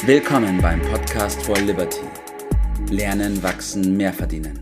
Willkommen beim Podcast for Liberty. Lernen, wachsen, mehr verdienen.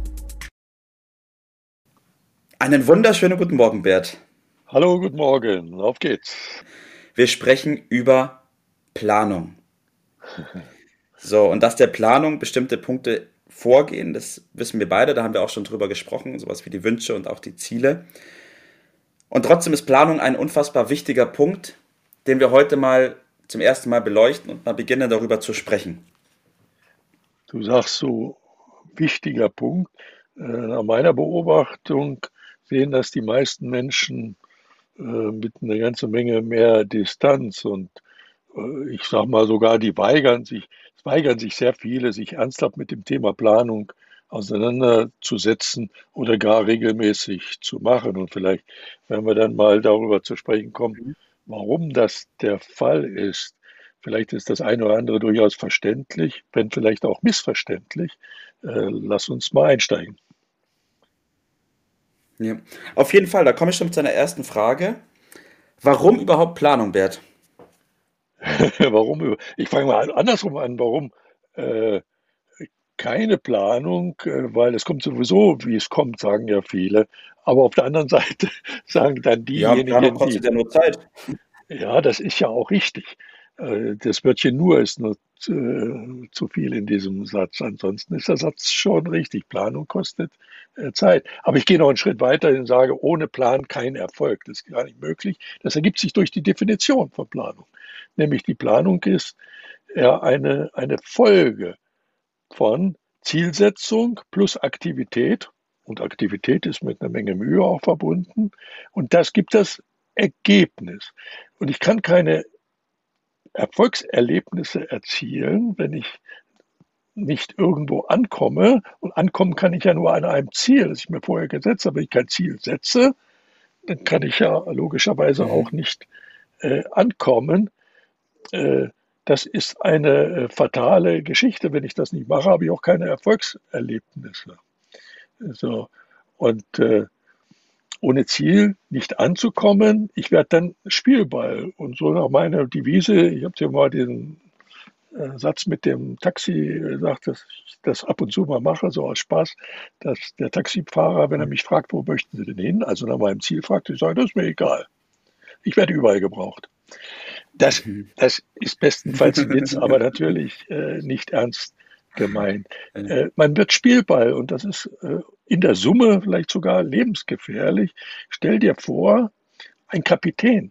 Einen wunderschönen guten Morgen, Bert. Hallo, guten Morgen. Auf geht's. Wir sprechen über Planung. So, und dass der Planung bestimmte Punkte vorgehen, das wissen wir beide, da haben wir auch schon drüber gesprochen, sowas wie die Wünsche und auch die Ziele. Und trotzdem ist Planung ein unfassbar wichtiger Punkt, den wir heute mal zum ersten Mal beleuchten und mal beginnen, darüber zu sprechen. Du sagst so, wichtiger Punkt. Nach meiner Beobachtung sehen das die meisten Menschen mit einer ganzen Menge mehr Distanz und ich sag mal sogar, es weigern sich sehr viele, sich ernsthaft mit dem Thema Planung auseinanderzusetzen oder gar regelmäßig zu machen. Und vielleicht werden wir dann mal darüber zu sprechen kommen, warum das der Fall ist. Vielleicht ist das eine oder andere durchaus verständlich, wenn vielleicht auch missverständlich. Lass uns mal einsteigen. Ja. Auf jeden Fall, da komme ich schon zu einer ersten Frage. Warum überhaupt Planung, Bert? Warum? Ich fange mal andersrum an. Warum äh, keine Planung? Weil es kommt sowieso, wie es kommt, sagen ja viele. Aber auf der anderen Seite sagen dann Ja, Planung diejenigen, kostet die, ja nur Zeit. ja, das ist ja auch richtig. Das Wörtchen nur ist nur zu viel in diesem Satz. Ansonsten ist der Satz schon richtig. Planung kostet Zeit. Aber ich gehe noch einen Schritt weiter und sage, ohne Plan kein Erfolg. Das ist gar nicht möglich. Das ergibt sich durch die Definition von Planung. Nämlich die Planung ist ja eine Folge von Zielsetzung plus Aktivität. Und Aktivität ist mit einer Menge Mühe auch verbunden. Und das gibt das Ergebnis. Und ich kann keine Erfolgserlebnisse erzielen, wenn ich nicht irgendwo ankomme. Und ankommen kann ich ja nur an einem Ziel, das ich mir vorher gesetzt habe. Wenn ich kein Ziel setze, dann kann ich ja logischerweise auch Mhm. nicht ankommen. Äh, Das ist eine fatale Geschichte. Wenn ich das nicht mache, habe ich auch keine Erfolgserlebnisse. So. Und ohne Ziel nicht anzukommen, ich werde dann Spielball. Und so nach meiner Devise, ich habe dir mal den Satz mit dem Taxi gesagt, dass ich das ab und zu mal mache, so aus Spaß, dass der Taxifahrer, wenn er mich fragt, wo möchten Sie denn hin, also nach meinem Ziel fragt, ich sage, das ist mir egal. Ich werde überall gebraucht. Das, Mhm. das ist bestenfalls ein Witz, aber natürlich nicht ernst gemeint. Man wird Spielball und das ist in der Summe vielleicht sogar lebensgefährlich. Stell dir vor, ein Kapitän,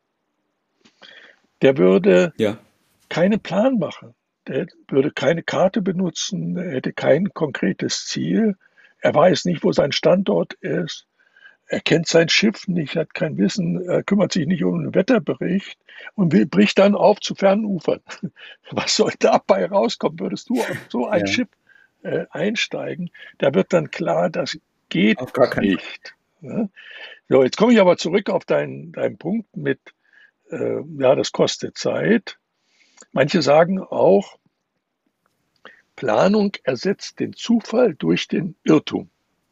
der würde Ja. keinen Plan machen. Der würde keine Karte benutzen, er hätte kein konkretes Ziel. Er weiß nicht, wo sein Standort ist. Er kennt sein Schiff nicht, hat kein Wissen, er kümmert sich nicht um den Wetterbericht und bricht dann auf zu fernen Ufern. Was soll dabei rauskommen? Würdest du auf so ein Ja, Schiff einsteigen? Da wird dann klar, das geht auf gar keinen Fall. nicht. Ne? So, jetzt komme ich aber zurück auf deinen Punkt mit, ja, das kostet Zeit. Manche sagen auch, Planung ersetzt den Zufall durch den Irrtum.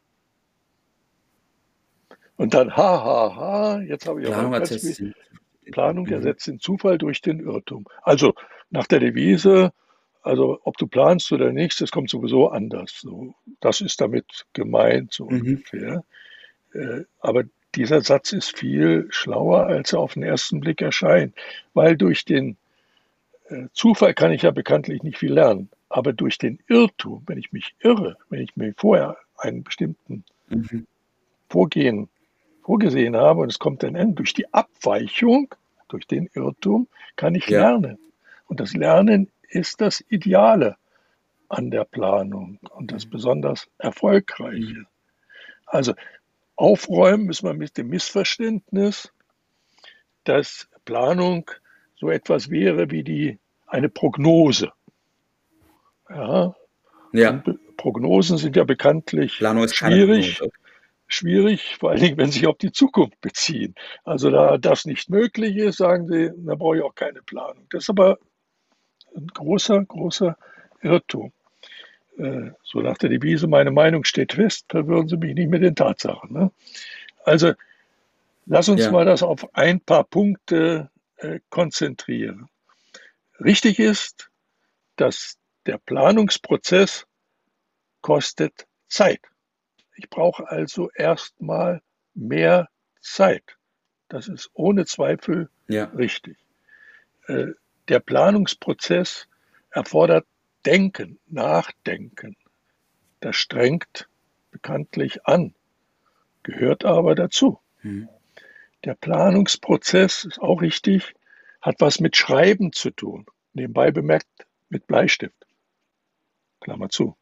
Und dann, ha, ha, ha, jetzt habe ich aber Planung ganz erzählt viel. sie. Planung Mhm. ersetzt den Zufall durch den Irrtum. Also nach der Devise, also ob du planst oder nicht, das kommt sowieso anders. So, das ist damit gemeint, so Mhm. ungefähr. Aber dieser Satz ist viel schlauer, als er auf den ersten Blick erscheint. Weil durch den Zufall kann ich ja bekanntlich nicht viel lernen. Aber durch den Irrtum, wenn ich mich irre, wenn ich mir vorher einen bestimmten Mhm. Vorgehen vorgesehen habe und es kommt ein Ende, durch die Abweichung, durch den Irrtum, kann ich Ja. lernen. Und das Lernen ist das Ideale an der Planung und das besonders Mhm. Erfolgreiche. Also aufräumen müssen wir mit dem Missverständnis, dass Planung so etwas wäre wie eine Prognose. Ja, Ja. und Prognosen sind ja bekanntlich Planung ist keine schwierig, Prognose. vor allen Dingen, wenn sie sich auf die Zukunft beziehen. Also da das nicht möglich ist, sagen sie, da brauche ich auch keine Planung. Das ist aber ein großer, großer Irrtum. So nach der Devise, meine Meinung steht fest, verwirren Sie mich nicht mit den Tatsachen. Ne? Also lass uns Ja. mal das auf ein paar Punkte konzentrieren. Richtig ist, dass der Planungsprozess kostet Zeit. Ich brauche also erstmal mehr Zeit. Das ist ohne Zweifel Ja. richtig. Äh, Der Planungsprozess erfordert Denken, Nachdenken. Das strengt bekanntlich an, gehört aber dazu. Mhm. Der Planungsprozess ist auch richtig, hat was mit Schreiben zu tun. Nebenbei bemerkt mit Bleistift. Klammer zu.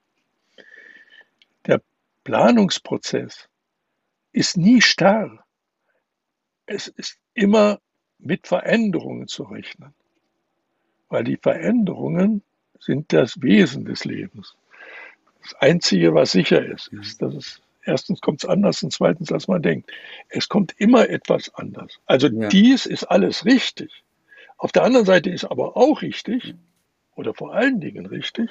Der Planungsprozess ist nie starr. Es ist immer mit Veränderungen zu rechnen, weil die Veränderungen sind das Wesen des Lebens. Das Einzige, was sicher ist, ist, dass es erstens kommt es anders und zweitens, als man denkt. Es kommt immer etwas anders. Also Ja. dies ist alles richtig. Auf der anderen Seite ist aber auch richtig, oder vor allen Dingen richtig,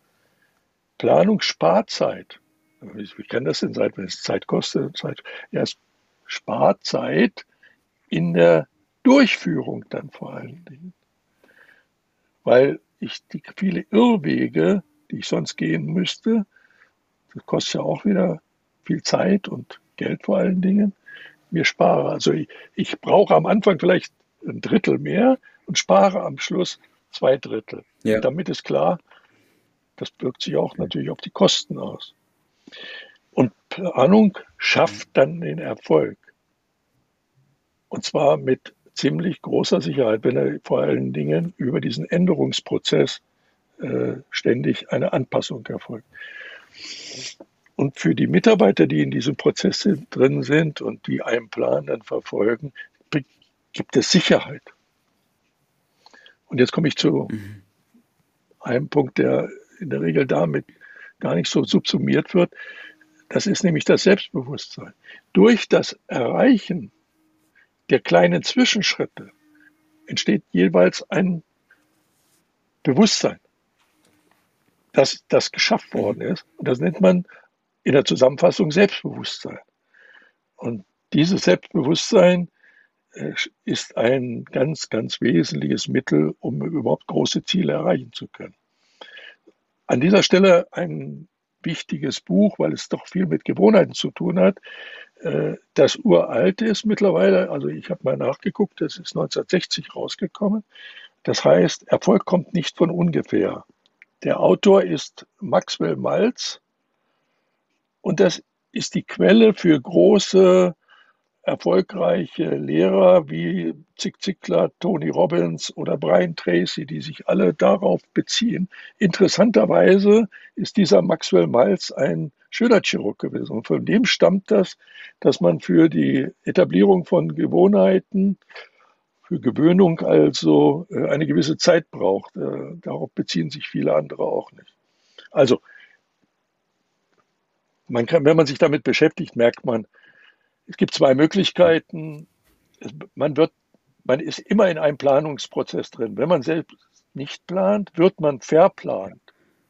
Planung spart Zeit. Wie kann das denn sein, wenn es Zeit kostet? Zeit, ja, es spart Zeit in der Durchführung dann vor allen Dingen, weil ich die viele Irrwege, die ich sonst gehen müsste, das kostet ja auch wieder viel Zeit und Geld vor allen Dingen, mir spare. Also ich brauche am Anfang vielleicht ein Drittel mehr und spare am Schluss zwei Drittel. Ja. Und damit ist klar, das wirkt sich auch natürlich auf die Kosten aus. Und Planung schafft dann den Erfolg. Und zwar mit ziemlich großer Sicherheit, wenn er vor allen Dingen über diesen Änderungsprozess ständig eine Anpassung erfolgt. Und für die Mitarbeiter, die in diesem Prozess drin sind und die einen Plan dann verfolgen, gibt es Sicherheit. Und jetzt komme ich zu einem Punkt, der in der Regel damit gar nicht so subsumiert wird. Das ist nämlich das Selbstbewusstsein. Durch das Erreichen der kleinen Zwischenschritte entsteht jeweils ein Bewusstsein, dass das geschafft worden ist. Und das nennt man in der Zusammenfassung Selbstbewusstsein. Und dieses Selbstbewusstsein ist ein ganz, ganz wesentliches Mittel, um überhaupt große Ziele erreichen zu können. An dieser Stelle ein wichtiges Buch, weil es doch viel mit Gewohnheiten zu tun hat. Das uralte ist mittlerweile, also ich habe mal nachgeguckt, das ist 1960 rausgekommen. Das heißt, Erfolg kommt nicht von ungefähr. Der Autor ist Maxwell Maltz und das ist die Quelle für große, erfolgreiche Lehrer wie Zig Ziglar, Tony Robbins oder Brian Tracy, die sich alle darauf beziehen. Interessanterweise ist dieser Maxwell Maltz ein Schönheitschirurg gewesen. Und von dem stammt das, dass man für die Etablierung von Gewohnheiten, für Gewöhnung also eine gewisse Zeit braucht. Darauf beziehen sich viele andere auch nicht. Also, wenn man sich damit beschäftigt, merkt man, es gibt zwei Möglichkeiten. Man wird, man ist immer in einem Planungsprozess drin. Wenn man selbst nicht plant, wird man verplant.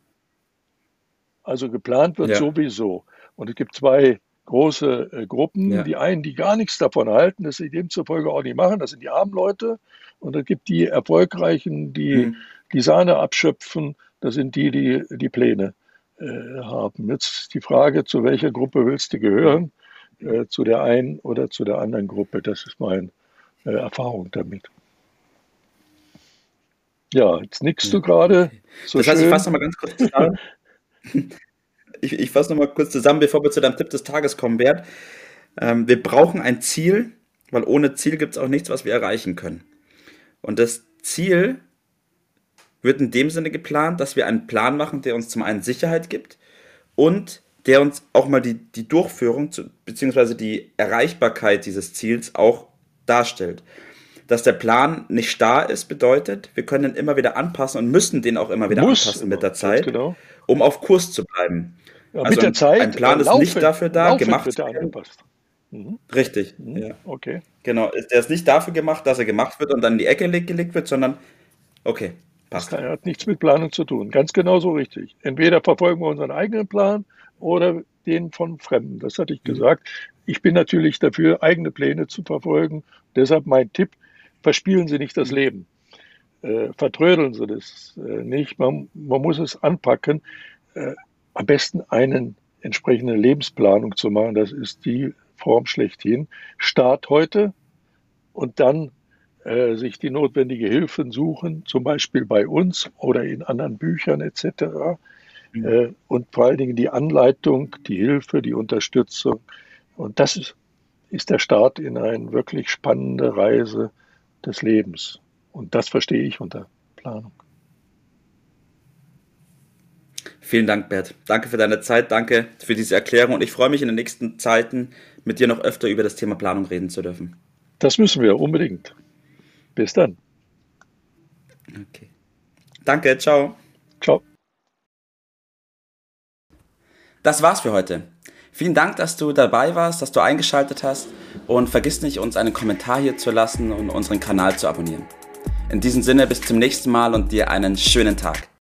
Also geplant wird Ja. sowieso. Und es gibt zwei große Gruppen. Ja. Die einen, die gar nichts davon halten, das sie demzufolge auch nicht machen, das sind die armen Leute. Und es gibt die Erfolgreichen, die Mhm. die Sahne abschöpfen, das sind die, die die Pläne haben. Jetzt die Frage, zu welcher Gruppe willst du gehören? Zu der einen oder zu der anderen Gruppe. Das ist meine Erfahrung damit. Ja, jetzt nickst Ja. du gerade Okay. so Das heißt, ich schön. fasse nochmal ganz kurz zusammen. Ich fasse nochmal kurz zusammen, bevor wir zu deinem Tipp des Tages kommen werden. Wir brauchen ein Ziel, weil ohne Ziel gibt es auch nichts, was wir erreichen können. Und das Ziel wird in dem Sinne geplant, dass wir einen Plan machen, der uns zum einen Sicherheit gibt und der uns auch mal die Durchführung beziehungsweise die Erreichbarkeit dieses Ziels auch darstellt. Dass der Plan nicht starr ist, bedeutet, wir können ihn immer wieder anpassen und müssen den auch immer wieder Muss anpassen mit immer, der ganz Zeit, genau. um auf Kurs zu bleiben. Ja, mit Also der ein Zeit Plan ist nicht dafür da, laufend gemacht wird zu er werden. angepasst. Mhm. Richtig, Mhm. ja. Okay. Genau. Der ist nicht dafür gemacht, dass er gemacht wird und dann in die Ecke gelegt wird, sondern okay, Das passt. hat nichts mit Planung zu tun. Ganz genau so richtig. Entweder verfolgen wir unseren eigenen Plan oder den von Fremden. Das hatte ich Mhm. gesagt. Ich bin natürlich dafür, eigene Pläne zu verfolgen. Deshalb mein Tipp, verspielen Sie nicht das Leben. vertrödeln Sie das nicht. Man muss es anpacken, am besten eine entsprechende Lebensplanung zu machen. Das ist die Form schlechthin. Start heute und dann sich die notwendige Hilfe suchen, zum Beispiel bei uns oder in anderen Büchern etc. Und vor allen Dingen die Anleitung, die Hilfe, die Unterstützung. Und das ist der Start in eine wirklich spannende Reise des Lebens. Und das verstehe ich unter Planung. Vielen Dank, Bert. Danke für deine Zeit, danke für diese Erklärung und ich freue mich in den nächsten Zeiten, mit dir noch öfter über das Thema Planung reden zu dürfen. Das müssen wir unbedingt. Bis dann. Okay. Danke, ciao. Ciao. Das war's für heute. Vielen Dank, dass du dabei warst, dass du eingeschaltet hast und vergiss nicht, uns einen Kommentar hier zu lassen und unseren Kanal zu abonnieren. In diesem Sinne, bis zum nächsten Mal und dir einen schönen Tag.